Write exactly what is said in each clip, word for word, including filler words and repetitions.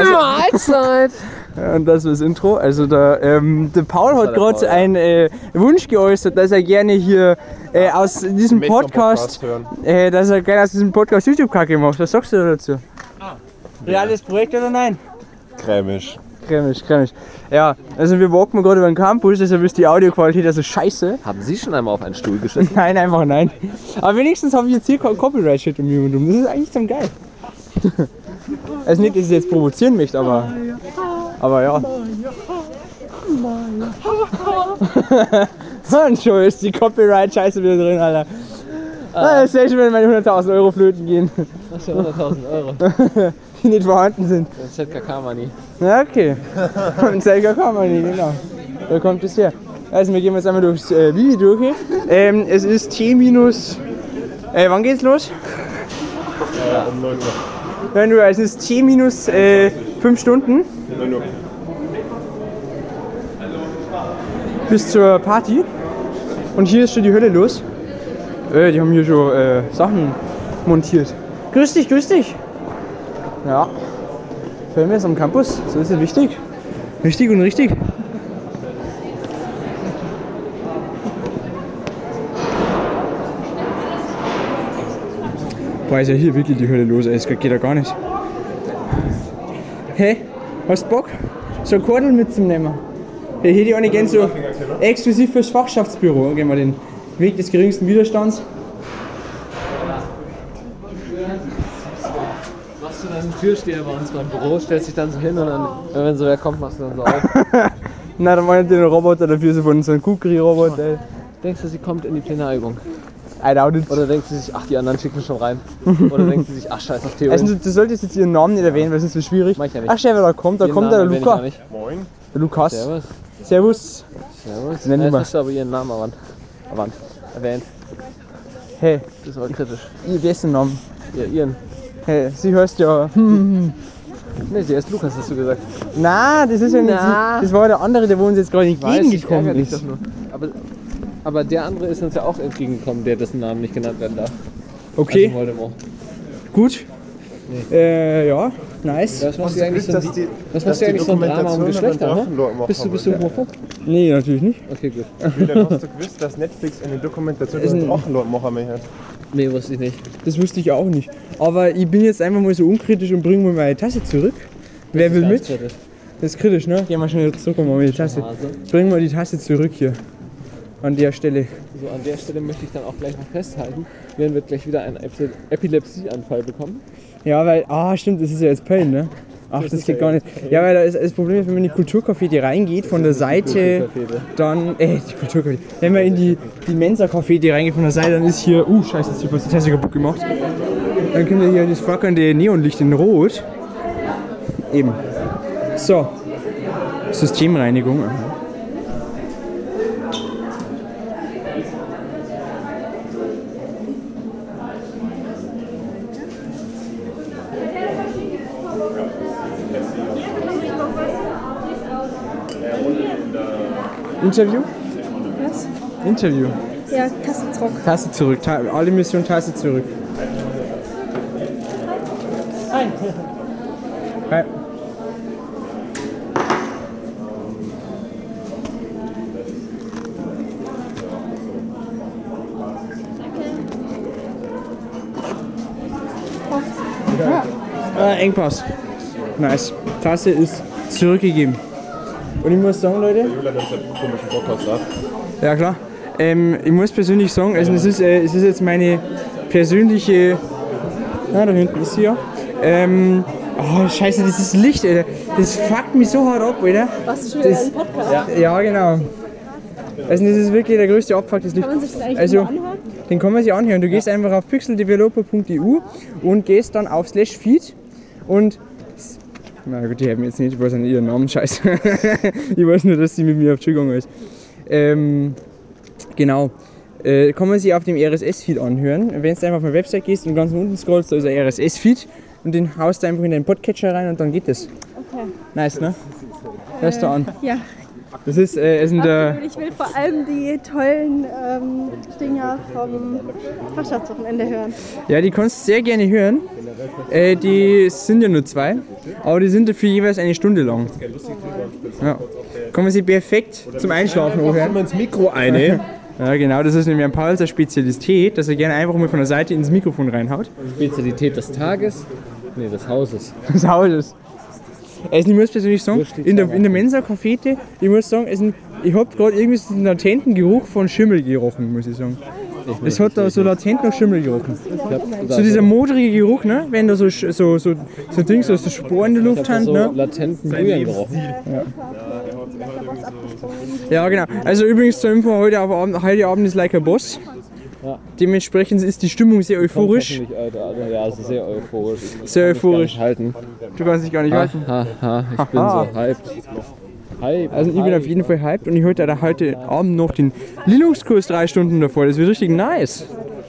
Also, Mahlzeit! Und das war das Intro. Also der, ähm, der Paul hat gerade ja. einen äh, Wunsch geäußert, dass er gerne hier äh, aus diesem Podcast, äh, dass er gerne aus diesem Podcast YouTube-Kacke macht. Was sagst du dazu? Ah. Reales Projekt oder nein? Cremisch. Cremisch, cremisch. Ja, also wir walken gerade über den Campus, deshalb ist die Audioqualität also scheiße. Haben Sie schon einmal auf einen Stuhl gesessen? Nein, einfach nein. Aber wenigstens habe ich jetzt hier Copyright-Shit um mich und um. Das ist eigentlich dann geil. Also nicht, dass ich jetzt provozieren möchte, aber... Aber ja. Mann, schon ist die Copyright-Scheiße wieder drin, Alter. Ah. Das sehe ich, wenn meine hunderttausend Euro flöten gehen. Was für hunderttausend Euro? Die nicht vorhanden sind. Das ist Z K K-Money. Ja, okay. Und Z K K-Money, genau. Da kommt es her. Also wir gehen jetzt einmal durchs äh, Vivi durch. Ähm, es ist T minus... Äh, wann geht's los? Ja, um neun Uhr. neun Uhr, es ist T minus äh, fünf Stunden. neun Uhr. Bis zur Party. Und hier ist schon die Hölle los. Äh, die haben hier schon äh, Sachen montiert. Grüß dich, grüß dich. Ja. Filmen ist am Campus, so ist es wichtig. Wichtig und richtig. Boah, ist ja hier wirklich die Hölle los, ey. Das geht ja gar nicht. Hey, hast du Bock? So ein Kordel mitzunehmen? Hier hätte ich auch nicht gern so exklusiv fürs Fachschaftsbüro. Gehen wir den Weg des geringsten Widerstands. Machst du dann einen Türsteher bei uns beim Büro, stellst dich dann so hin und dann, wenn so wer kommt, machst du dann so auf. Nein, dann meint ihr einen Roboter dafür, so von so einem Kukri-Roboter. Denkst du, sie kommt in die Plenarübung? I doubt it. Oder denkt sie sich, ach, die anderen schicken schon rein? Oder denkt sie sich, ach, scheiß auf Theorie? Also, du, du solltest jetzt ihren Namen nicht erwähnen, weil sonst wird es schwierig. Mach ich ja nicht. Ach, schau, wer da kommt, da Ihren kommt Namen der erwähne Luca. ich gar Moin. Der Lukas. Servus. Servus. Servus. Nenn ihn Jetzt mal. hast du aber ihren Namen erwähnt. Erwähnt. Erwähnt. Hey, Das ist aber kritisch. ihr wessen Namen? Ja, ihren. Hey, sie heißt ja. Hm. Ne, sie heißt Lukas, hast du gesagt. Na, das ist ja nicht Na. sie. Das war der andere, der wo uns jetzt gerade Weiß, ich entgegengekommen ärgere dich ist. doch nur. Aber, aber der andere ist uns ja auch entgegengekommen, der dessen Namen nicht genannt werden darf. Okay, Also Voldemort. gut. Nee. Äh, ja, nice. Was machst du eigentlich so ein, dass die- was dass machst du die eigentlich so ein Drama um Dokumentation Geschlechter? über den Hä? Drachenlord Bist du, bist du machen homophob? Nee, natürlich nicht. Okay, gut. Wieder hast du gewusst, dass Netflix eine Dokumentation über den Drachenlord machen möchte? Nee, wusste ich nicht. Das wusste ich auch nicht. Aber ich bin jetzt einfach mal so unkritisch und bringe mal meine Tasse zurück. Wer Das will ist mit? ganz kritisch. Das ist kritisch, ne? Gehen wir schnell zurück und mal die Tasse. Hase. Bring mal die Tasse zurück hier. An der Stelle. So, an der Stelle möchte ich dann auch gleich noch festhalten, werden wir gleich wieder einen Epi- Epilepsieanfall bekommen. Ja, weil, ah stimmt, das ist ja jetzt Pain, ne? Ach, das, ist geht ja gar nicht. jetzt Ja, weil da ist, das Problem ist, wenn man in die Kulturcafete reingeht, von der Seite, dann, äh, die Kulturcafete. Wenn man in die, die Mensa-Cafete reingeht von der Seite, dann ist hier, uh, scheiße, jetzt ist die Tasse kaputt gemacht. Dann können wir hier das flackernde Neonlicht in Rot. Eben. So. Systemreinigung. Aha. Interview? Was? Interview. Ja, Tasse zurück. Tasse zurück. Ta alle Mission Tasse zurück. Hi. Hi. Ja. Ah, Engpass. Nice. Tasse ist zurückgegeben. Und ich muss sagen, Leute. Julian hat einen komischen Podcast ab. Ja klar. Ähm, ich muss persönlich sagen, also es ist, äh, es ist jetzt meine persönliche. Na, da hinten ist sie ja. Ähm, oh, scheiße, das ist Licht, Alter. Das fuckt mich so hart ab, Alter. Warst du schon wieder Das- im Podcast? Ja, ja genau. Also das ist wirklich der größte Abfuck des Lichts. Kann man sich das eigentlich Also, immer anhören? den kann man sich anhören. Du gehst einfach auf pixeldeveloper punkt e u und gehst dann auf slash feed und na gut, die haben jetzt nicht, ich weiß nicht ihren Namen, scheiße. Ich weiß nur, dass sie mit mir auf Tour gegangen ist. Ähm, genau. Äh, kann man sich auf dem R S S-Feed anhören. Wenn du einfach auf meine Website gehst und ganz unten scrollst, da ist ein R S S-Feed und den haust du einfach in deinen Podcatcher rein und dann geht das. Okay. Nice, ne? Hörst du an? Ja. Das ist, äh, ist in der... Absolut, ich will vor allem die tollen ähm, Dinger vom Fachschaftswochenende hören. Ja, die kannst du sehr gerne hören. Äh, die sind ja nur zwei, aber die sind dafür jeweils eine Stunde lang. Ja. Kann man sie perfekt zum Einschlafen anhören. ins Mikro eine. Ja, genau, das ist nämlich ein Pauls Spezialität, dass er gerne einfach mal von der Seite ins Mikrofon reinhaut. Spezialität des Tages? Nee, des Hauses. Das Haus ist. Also ich muss persönlich sagen, in der, in der Mensa-Cafete, ich muss sagen, es ist, ich habe gerade irgendwie so einen latenten Geruch von Schimmel gerochen, muss ich sagen. Es hat da so latent nach Schimmel gerochen. So dieser modrige Geruch, ne? Wenn da so, so, so, so Dings, so Sporen in der Luft haben, So ne? latenten Brühen gerochen. Ja, genau. Also übrigens zur Info, heute Abend, heute Abend ist Like a Boss. Ja. Dementsprechend ist die Stimmung sehr euphorisch. Kommt hoffentlich, Alter, Alter. Ja, es ist sehr euphorisch. Ich Sehr kann mich gar euphorisch. nicht halten. Du kannst dich gar nicht halten. Ha, ha, ich bin Haha. so hyped. Hype, Also ich bin auf jeden Fall hyped und ich heute da heute Abend noch den Linux-Kurs drei Stunden davor. Das wird richtig nice.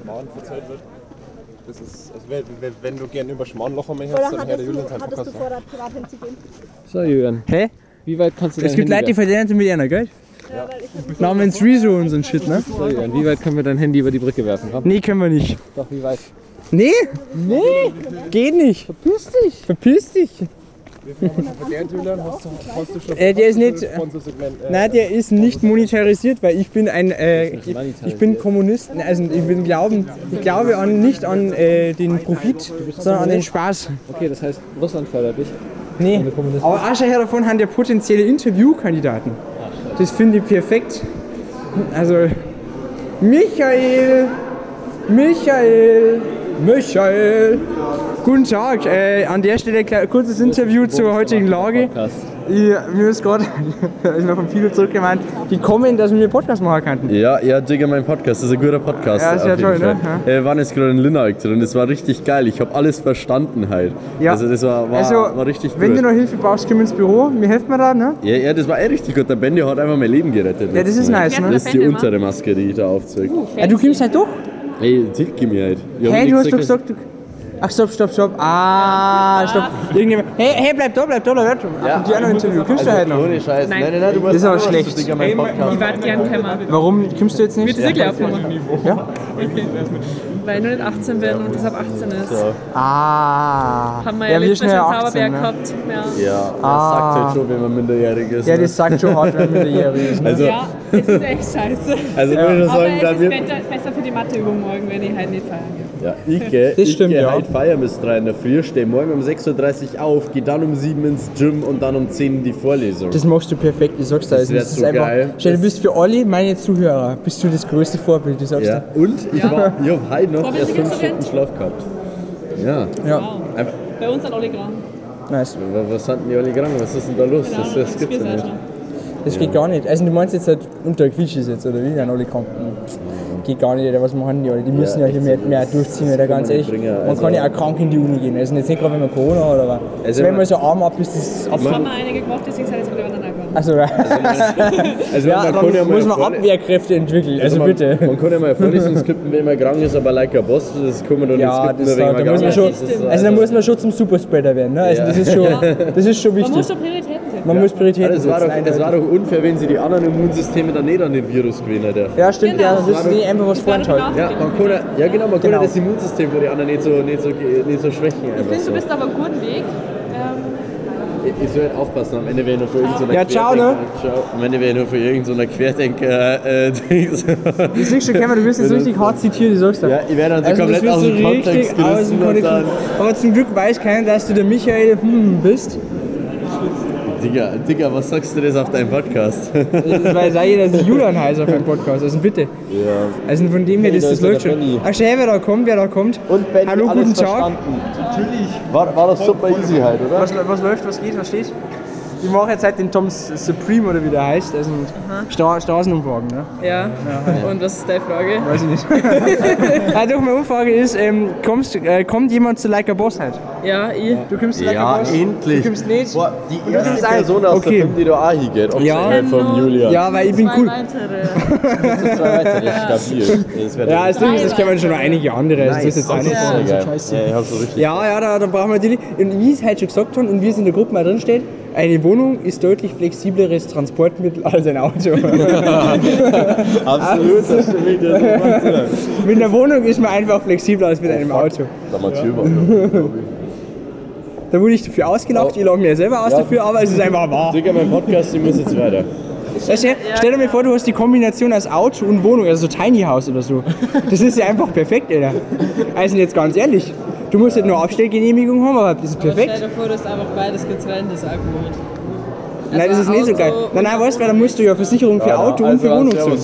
Das ist, also wenn, wenn, wenn du gerne über Schmarrnlocher mehr Oder hast, dann Herr der hattest Julian du, sein hattest du Podcast. vor, da privat hinzugehen? So, Julian, Hä? wie weit kannst du Es dein gibt Handy Leute, die verdienen mit einer, gell? Ja, weil ich hab Namens Rezo und so ein Shit, ne? So, Julian, wie weit können wir dein Handy über die Brücke werfen? Komm. Nee, können wir nicht. Doch, wie weit? Nee? Nee, geht nicht. Verpiss dich. Verpiss dich. Der Julian, hast du, hast du schon Äh, der ist nicht. Sponsorsegment? Äh, Nein, der ist nicht monetarisiert, weil ich bin ein, äh, ich, ich bin Kommunist, also ich bin glauben, ich glaube an, nicht an äh, den Profit, sondern an den Spaß. Okay, das heißt, Russland fördert dich. Nee, aber Ascherher davon haben ja potenzielle Interviewkandidaten. Das finde ich perfekt. Also, Michael, Michael, Michael. Guten Tag, äh, an der Stelle ein kurzes Interview zur heutigen Lage. Ich, mir ist gerade, ist mir von Philo zurückgemeint, die kommen, dass wir einen Podcast machen könnten. Ja, ja, Digga, mein Podcast, das ist ein guter Podcast. Ja, ist ja auf jeden toll, Fall. ne? Ja. Wir waren jetzt gerade in Linnaig drin, das war richtig geil. Ich habe alles verstanden halt. Ja. Also das war, war, Also, war richtig wenn gut. du noch Hilfe brauchst, komm ins Büro, mir helfen wir da, ne? Ja, ja, das war eh richtig gut. Der Bendy hat einfach mein Leben gerettet. Ja, das ist letztes Mal. nice, ne? Das ist die untere Maske, die ich da aufzeige. Ja, du kommst halt doch? Ey, tilge mir halt. Ich hab Hey, nicht du hast doch gesagt, gesagt, du... Ach, stopp, stopp, stopp. Ah, stopp. Irgendjemand... Hey, hey, bleib da, bleib da, bleib da. Ja, die anderen Interview. Kommst du halt noch? ohne Scheiß. Nein. Nein, nein, nein, du musst Das ist aber auch schlecht. Digga, mein Podcast. Ich warte gern kommen. Warum kommst du jetzt nicht? Wird das gleich aufgenommen? Ja? Weil ich noch nicht achtzehn bin und das ab achtzehn ist. Ah. Haben wir ja, ja wir letztes sind Mal ja schon achtzehn, Zauberberg ne? gehabt. Ja. Ja, das Ah. sagt halt schon, wenn man minderjährig ist. Ja, ne? das sagt schon hart, wenn man minderjährig ist. Ne? Also, ja, es ist echt scheiße. also würde ich nur Aber sagen, es da ist wird... besser, besser für die Matheübung morgen, wenn ich halt nicht feiern gehe. Ja, ich gehe Das stimmt, geh ja. heute feiern bis drei in der Früh, stehe morgen um sechs Uhr dreißig auf, gehe dann um sieben ins Gym und dann um zehn in die Vorlesung. Das machst du perfekt, ich sag's dir. Das wär so geil. Stell, du bist für alle meine Zuhörer, bist du das größte Vorbild, ich sag's ja, dir. und ich, war, ich habe heute noch Vorbildlicher erst fünf Student. Stunden Schlaf gehabt. Ja. Ja, Einfach, Bei uns hat alle Gramm. nice. wa- was sind denn die alle gegangen? Was ist denn da los? Das, das gibt's ja nicht. Das geht gar nicht. Also du meinst jetzt halt unter Quietschis jetzt, oder wie? Dann alle Kranken. Geht gar nicht, Alter. Was machen die alle? Die müssen ja, echt hier so. mehr, mehr durchziehen, Alter, ganz man ehrlich. nicht bringen, Man also- kann ja auch krank in die Uni gehen. Also jetzt nicht gerade, wenn man Corona hat, aber Also also wenn man- man so arm ab ist, das ab. Das haben wir einige gemacht, deswegen seid ihr jetzt wieder anderen geworden. Also, ja, Also ja man dann kann ja mal muss man Vorle- Abwehrkräfte entwickeln. Also man, bitte. Man kann ja mal Vorlesungen skippen, wenn man krank ist, aber like a Boss, das kann man doch nicht Ja, skippen, das, nur da, wegen da muss man krank schon, ist. Das ist also da muss man schon zum Superspreader werden. Ne? Also Ja. das ist schon, das ist schon Man muss wichtig. schon Prioritäten setzen. Man muss Prioritäten Also es war, doch, setzen, es war eindeutig. doch unfair, wenn sie die anderen Immunsysteme dann nicht an den Virus gewinnen dürfen. Ja, stimmt, Genau. ja, dann müssen die einfach was Das war doch vorenthalten. genau- Ja, man kann ja, ja genau, man kann Genau. ja das Immunsystem von den anderen nicht so, nicht so, nicht so schwächen. Ich Einfach finde, so. du bist aber auf einem guten Weg. Ähm, Ich, ich soll halt aufpassen, am Ende wäre ich nur für irgendeiner Ja, ciao, ne? Ciao. Am Ende wäre ich nur für irgendeiner Querdenker. Äh, Dings. Du siehst schon, Cameron, du wirst jetzt richtig hart zitiert, ich sag's dir. Ja, ich werde dann so Also das komplett wirst aus du dem Kontext richtig aus dem gerissen und Kontext. dann... Aber zum Glück weiß keiner, dass du der Michael hm, bist. Digga, Digga, was sagst du das auf deinem Podcast? Das weiß auch jeder, dass ich Julian heiße auf meinem Podcast. Also bitte. Ja. Also von dem her, das, da das ist ja läuft der schon. Benny. Ach, schau her, wer da kommt, wer da kommt. Und Benny, Hallo, alles guten Tag. verstanden. Natürlich. War, war das super easy halt, oder? Was, was läuft, was geht, was steht? Ich mache jetzt halt den Toms Supreme oder wie der heißt. Also Sta Straßenumfragen, ne? ja. Und was ist deine Frage? Weiß ich nicht. Also doch, meine Umfrage ist, ähm, kommst, äh, kommt jemand zu Like a Boss halt? Ja, ich. Du kommst zu Like Ja, a Boss? endlich. Du kommst nicht? Boah, die du erste kommst ein. Person aus Okay. der Film, die da auch hingeht. Ja. Ja. Vom Julian. Ja, weil ich bin Zwei cool. weitere. Zwei weitere, stabil. Das wär Ja, das Ding ist, das kennen schon noch einige andere. Also das ist jetzt auch nicht ja. so, so geil. scheiße. Ja, ich hab so richtig. Ja, ja, da, da brauchen wir natürlich, und wie es halt schon gesagt haben und wie es in der Gruppe mal drin steht, Eine Wohnung ist deutlich flexibleres Transportmittel als ein Auto. Absolut, das stimmt ich dir sofort zu. Mit einer Wohnung ist man einfach flexibler als mit einem Auto. Da mal Tür. Da wurde ich dafür ausgelacht, ich lache mir selber aus dafür, aber es ist einfach wahr. Digga, mein Podcast, ich muss jetzt weiter. Weißt du, stell dir mal vor, du hast die Kombination aus Auto und Wohnung, also so Tiny House oder so. Das ist ja einfach perfekt, Alter. Also jetzt ganz ehrlich, du musst halt nur Abstellgenehmigung haben, aber das ist perfekt. Stell dir vor, dass einfach beides getrennt ist, Alkohol. Nein, das ist nicht so geil. Nein, nein, weißt du, weil dann musst du ja Versicherung für Auto und für Wohnung zahlen.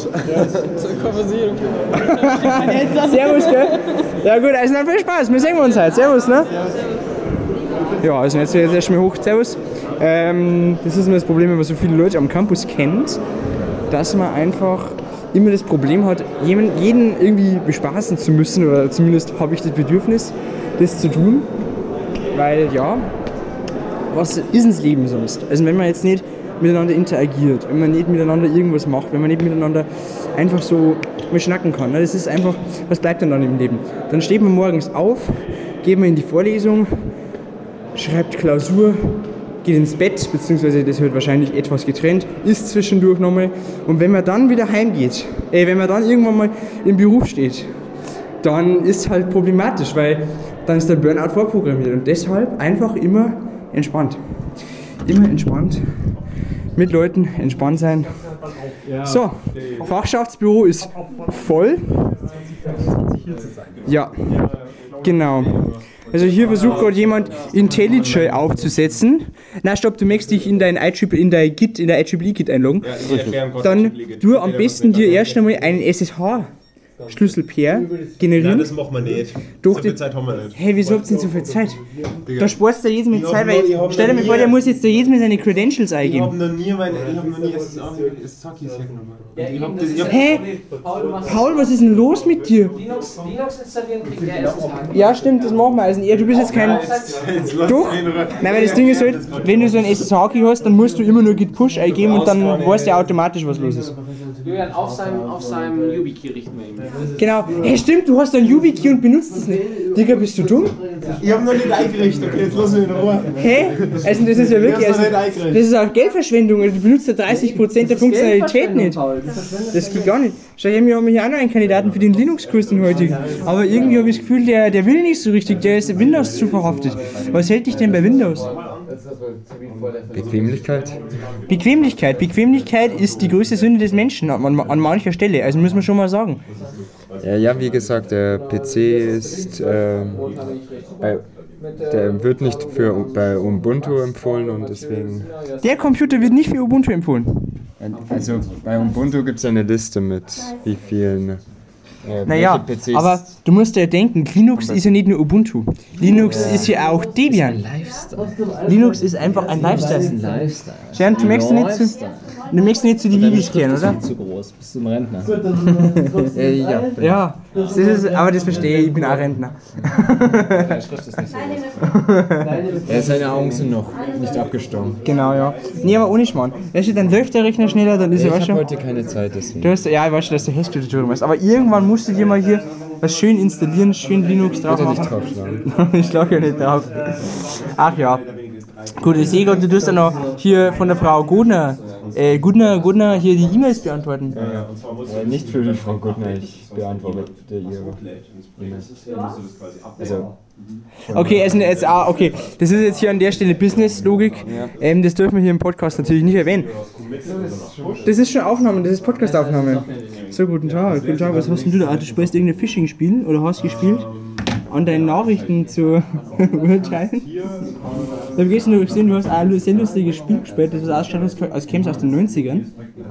Servus, gell? Ja gut, also dann viel Spaß, wir sehen uns halt. Servus, ne? Ja, also jetzt jetzt erstmal hoch, servus. Ähm, das ist immer das Problem, wenn man so viele Leute am Campus kennt, dass man einfach immer das Problem hat, jeden, jeden irgendwie bespaßen zu müssen, oder zumindest habe ich das Bedürfnis, das zu tun, weil ja, was ist ins Leben sonst? Also wenn man jetzt nicht miteinander interagiert, wenn man nicht miteinander irgendwas macht, wenn man nicht miteinander einfach so mal schnacken kann, ne? Das ist einfach, was bleibt denn dann im Leben? Dann steht man morgens auf, geht man in die Vorlesung, schreibt Klausur, geht ins Bett, beziehungsweise das wird wahrscheinlich etwas getrennt, isst zwischendurch nochmal, und wenn man dann wieder heimgeht, äh, wenn man dann irgendwann mal im Beruf steht, dann ist halt problematisch, weil dann ist der Burnout vorprogrammiert, und deshalb einfach immer entspannt. Immer entspannt. Mit Leuten entspannt sein. So, Fachschaftsbüro ist voll. Ja, genau. Also hier versucht gerade jemand IntelliJ aufzusetzen. Na stopp, du möchtest dich in dein I triple E, in dein Git, in der I triple E Git einloggen. Dann tu am besten dir erst einmal einen S S H Schlüssel-Pair generieren. Nein, das machen wir nicht. Doch, so viel Zeit haben wir nicht. Hey, wieso habt ihr denn so viel Zeit? Da sparst du jedes Mal Ich Zeit, hab weil noch- ich jetzt, hab stell dir noch mal vor, nie- der muss jetzt da jedes Mal seine Credentials Ich eingeben. habe noch nie meine, ich habe noch nie S S A-Keys hergenommen. Und ich hab das, ich hab Hä? Paul, was ist denn los mit dir? Linux, Linux installieren kriegt der S S H. Ja, stimmt, das machen wir. Also, ja, du bist jetzt kein. Doch? Nein, weil das Ding ist halt, wenn du so ein S S H-Key hast, dann musst du immer nur Git Push eingeben und dann weißt du ja automatisch, was los ist. Julian, auf seinem, auf seinem YubiKey richten wir ihn. Genau. Hey, stimmt, du hast ein YubiKey und benutzt es nicht. Digga, bist du dumm? Ich habe noch nicht eingerichtet, okay, jetzt lass mich in Ruhe. Hä? Also das ist ja wirklich, also, das ist auch Geldverschwendung. Also, du benutzt ja dreißig Prozent der Funktionalität nicht. Das geht gar nicht. Schau, wir haben hier auch noch einen Kandidaten für den Linux-Kurs, den heutigen. Aber irgendwie habe ich das Gefühl, der, der will nicht so richtig, der ist Windows zu verhaftet. Was hält dich denn bei Windows? Bequemlichkeit. Bequemlichkeit. Bequemlichkeit ist die größte Sünde des Menschen an, an mancher Stelle. Also muss man schon mal sagen. Ja, ja, wie gesagt, der P C ist, ähm, bei, der wird nicht für bei Ubuntu empfohlen und deswegen. Der Computer wird nicht für Ubuntu empfohlen. Also bei Ubuntu gibt es eine Liste mit wie vielen. Äh, Naja, welche P Cs. aber du musst ja denken, Linux ist ja nicht nur Ubuntu. Linux ist ja auch Debian. Linux ist einfach ein Lifestyle. Lifestyle. Sharon, du möchtest nicht zu, du möchtest nicht zu die Libis kehren, oder? Zu groß, bist du ein Rentner. äh, ja, Ja, das ist, aber das verstehe ich, ich bin auch Rentner. Deine Schrift ist nicht so groß. ja, seine Augen sind noch nicht abgestorben. Genau, ja. Nee, aber ohne Schmarrn. Weißt du, dann läuft der Rechner schneller, dann ist Ich er, weißt habe du, heute keine Zeit, deswegen. du hast, ja, ich weiß schon, dass du Hash-Tutorial machst, aber irgendwann musst du dir mal hier was schön installieren, schön Linux drauf Bitte nicht machen. draufschlagen. Ich schlage ja nicht drauf. Ach ja. Gut, ich sehe gerade, du tust dann noch hier von der Frau Gudner, äh, Gudner, Gudner hier die E-Mails beantworten. Äh, nicht für die Frau Gutner, ich beantworte ihre. Also, Okay, also jetzt, ah, okay, das ist jetzt hier an der Stelle Business-Logik. Ähm, das dürfen wir hier im Podcast natürlich nicht erwähnen. Das ist schon Aufnahme, das ist Podcast-Aufnahme. So, guten Tag, guten Tag, was hast denn du da? Ah, du spielst irgendein Phishing-Spiel oder hast gespielt? An deinen Nachrichten zu urteilen? Da habe ich nur gesehen, du hast ein sehr lustiges Spiel gespielt, das ausschaut, als käme es aus den neunzigern.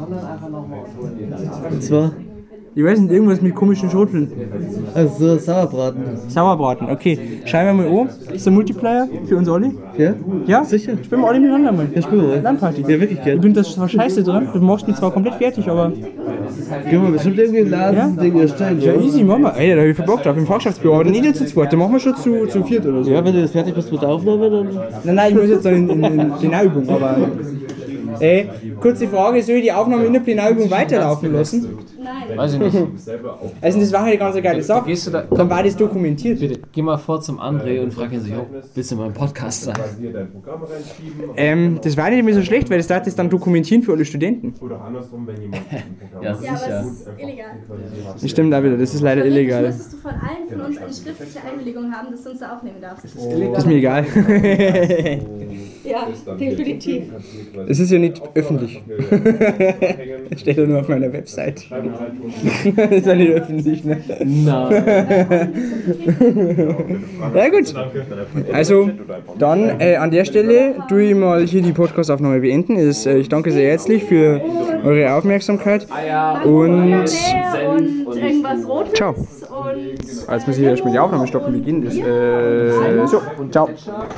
Und zwar? Ich weiß nicht, irgendwas mit komischen Schroteln. Also Sauerbraten. Sauerbraten, okay. Schauen wir mal an. Ist der Multiplayer für uns alle? Ja? Ja? Sicher. Spielen wir alle miteinander mal. Ja, spielen wir mal. LAN-Party. Ja, wirklich gern. Ich bin das zwar scheiße dran, du machst mich zwar komplett fertig, aber. Können wir bestimmt irgendwie ein Laden-Ding erstellen, Ja, oder? easy, machen wir. Ey, da hab ich voll Bock drauf im Fachschaftsbüro, aber nicht nur zu zweit, da machen wir schon zu, zu viert oder so. Ja, wenn du jetzt fertig bist mit der Aufnahme, dann... Nein, nein, ich muss jetzt dann in, in, in Plenarübung, aber. Ey, kurze Frage, soll ich die Aufnahme in der Plenarübung weiterlaufen lassen? Nein. Weiß ich nicht. Also das war halt eine ganz geile Sache. Gehst du da, Dann war das dokumentiert. bitte, geh mal vor zum André und frag ihn so, jo, willst du mal im Podcast sein? Ähm, das war nicht mehr so schlecht, weil das darf das dann dokumentieren für alle Studenten. Oder andersrum, wenn jemand Ja, Ja, aber sicher. es ist illegal. Das stimmt auch wieder, das ist leider Theoretisch illegal. müsstest du von allen von uns eine schriftliche Einwilligung haben, dass du uns da aufnehmen darfst. Das ist mir egal. Ja, definitiv. Es ist ja nicht öffentlich. Das steht ja nur auf meiner Website. Das ist ja nicht öffentlich, ne? Nein. Ja gut. Also dann äh, an der Stelle tue ich mal hier die Podcast-Aufnahme beenden. Es, äh, ich danke sehr herzlich für eure Aufmerksamkeit. Und Und irgendwas Rotes. ciao. Und Jetzt muss ich erstmal die Aufnahme stoppen. Wie geht das? Äh, so, ciao.